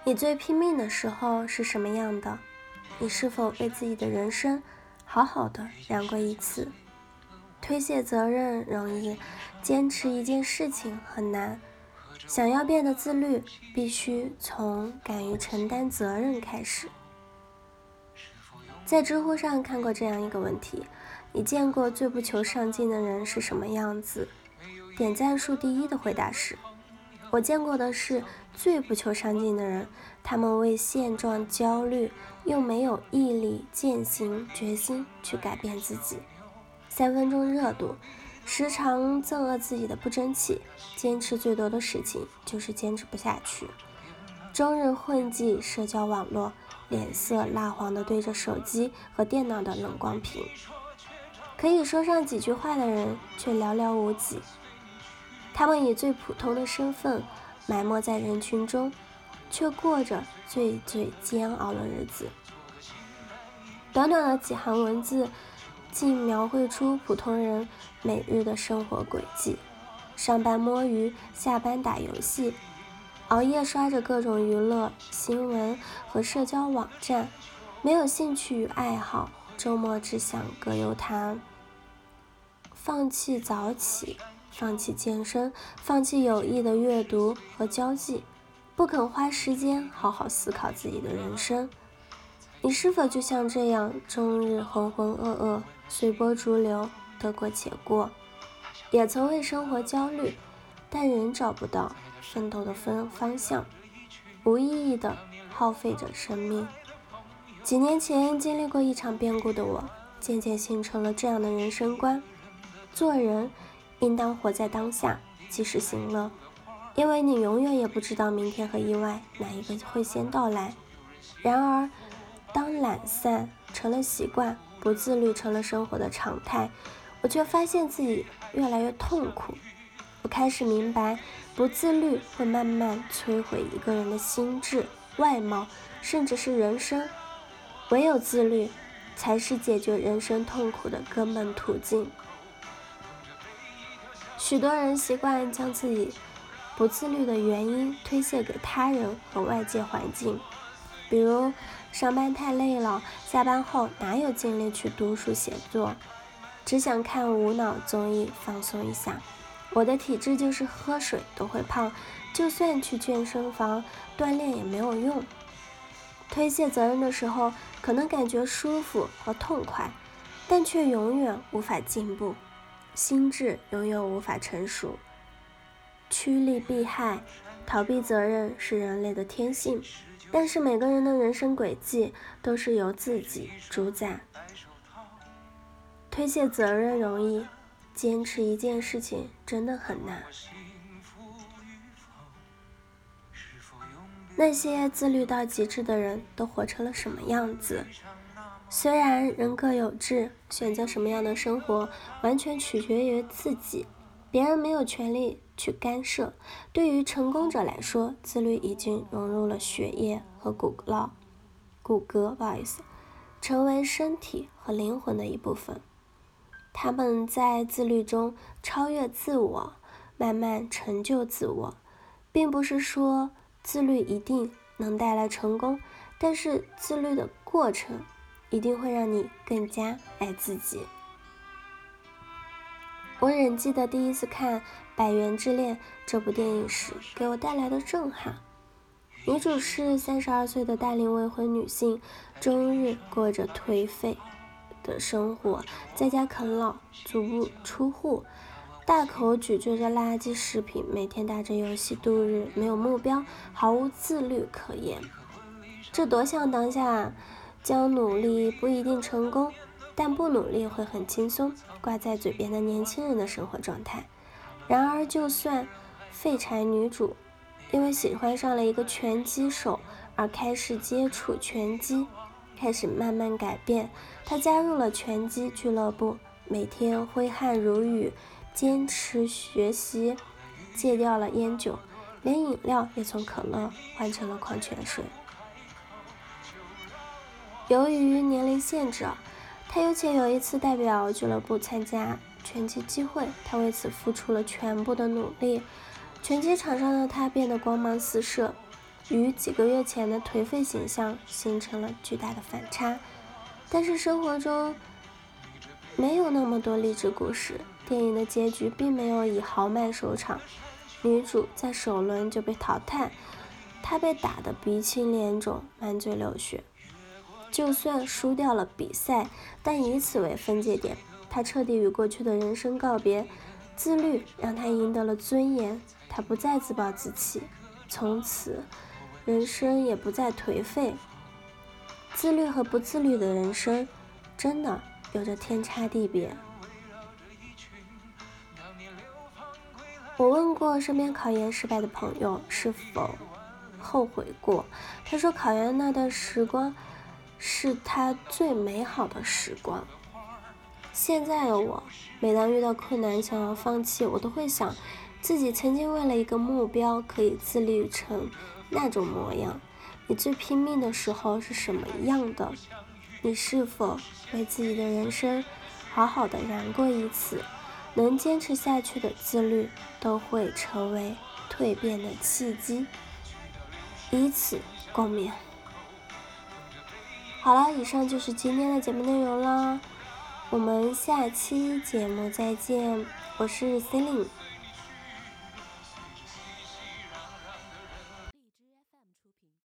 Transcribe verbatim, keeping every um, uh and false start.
你最拼命的时候是什么样的？你是否为自己的人生好好的量过一次？推卸责任容易，坚持一件事情很难。想要变得自律，必须从敢于承担责任开始。在知乎上看过这样一个问题：你见过最不求上进的人是什么样子？点赞数第一的回答是：我见过的是最不求上进的人，他们为现状焦虑，又没有毅力、践行、决心去改变自己。三分钟热度，时常憎恶自己的不争气，坚持最多的事情就是坚持不下去。终日混迹社交网络，脸色蜡黄地对着手机和电脑的冷光屏。可以说上几句话的人却寥寥无几。他们以最普通的身份埋没在人群中，却过着最最煎熬的日子。短短的几行文字，竟描绘出普通人每日的生活轨迹：上班摸鱼，下班打游戏，熬夜刷着各种娱乐新闻和社交网站，没有兴趣与爱好，周末只想葛优瘫，放弃早起，放弃健身，放弃有益的阅读和交际，不肯花时间好好思考自己的人生。你是否就像这样，终日浑浑噩噩，随波逐流，得过且过？也曾为生活焦虑，但仍找不到奋斗的方方向，无意义的耗费着生命。几年前经历过一场变故的我，渐渐形成了这样的人生观：做人应当活在当下，及时行乐，因为你永远也不知道明天和意外哪一个会先到来。然而当懒散成了习惯，不自律成了生活的常态，我却发现自己越来越痛苦。我开始明白，不自律会慢慢摧毁一个人的心智、外貌，甚至是人生。唯有自律，才是解决人生痛苦的根本途径。许多人习惯将自己不自律的原因推卸给他人和外界环境，比如上班太累了，下班后哪有精力去读书写作，只想看无脑综艺放松一下。我的体质就是喝水都会胖，就算去健身房锻炼也没有用。推卸责任的时候，可能感觉舒服和痛快，但却永远无法进步，心智永远无法成熟。趋利避害，逃避责任是人类的天性，但是每个人的人生轨迹都是由自己主宰。推卸责任容易，坚持一件事情真的很难。那些自律到极致的人都活成了什么样子？虽然人各有志，选择什么样的生活完全取决于自己，别人没有权利去干涉。对于成功者来说，自律已经融入了血液和骨骼，骨骼不好意思，成为身体和灵魂的一部分。他们在自律中超越自我，慢慢成就自我。并不是说自律一定能带来成功，但是自律的过程一定会让你更加爱自己。我仍记得第一次看《百元之恋》这部电影时给我带来的震撼。女主是三十二岁的大龄未婚女性，终日过着颓废的生活，在家啃老，足不出户，大口咀嚼着垃圾食品，每天打着游戏度日，没有目标，毫无自律可言。这多像当下将努力不一定成功，但不努力会很轻松挂在嘴边的年轻人的生活状态。然而就算废柴女主因为喜欢上了一个拳击手而开始接触拳击，开始慢慢改变。她加入了拳击俱乐部，每天挥汗如雨，坚持学习，戒掉了烟酒，连饮料也从可乐换成了矿泉水。由于年龄限制，他有且有一次代表俱乐部参加拳击机会，他为此付出了全部的努力。拳击场上的他变得光芒四射， 与几个月前的颓废形象形成了巨大的反差。但是生活中没有那么多励志故事，电影的结局并没有以豪迈收场，女主在首轮就被淘汰，她被打得鼻青脸肿，满嘴流血。就算输掉了比赛，但以此为分界点，她彻底与过去的人生告别。自律让她赢得了尊严，她不再自暴自弃，从此人生也不再颓废。自律和不自律的人生真的有着天差地别。我问过身边考研失败的朋友是否后悔过，他说考研那段时光是他最美好的时光。现在的我，每当遇到困难想要放弃，我都会想自己曾经为了一个目标可以自律成那种模样。你最拼命的时候是什么样的？你是否为自己的人生好好的燃过一次？能坚持下去的自律都会成为蜕变的契机，以此共勉。好了，以上就是今天的节目内容了，我们下期节目再见，我是 Celine。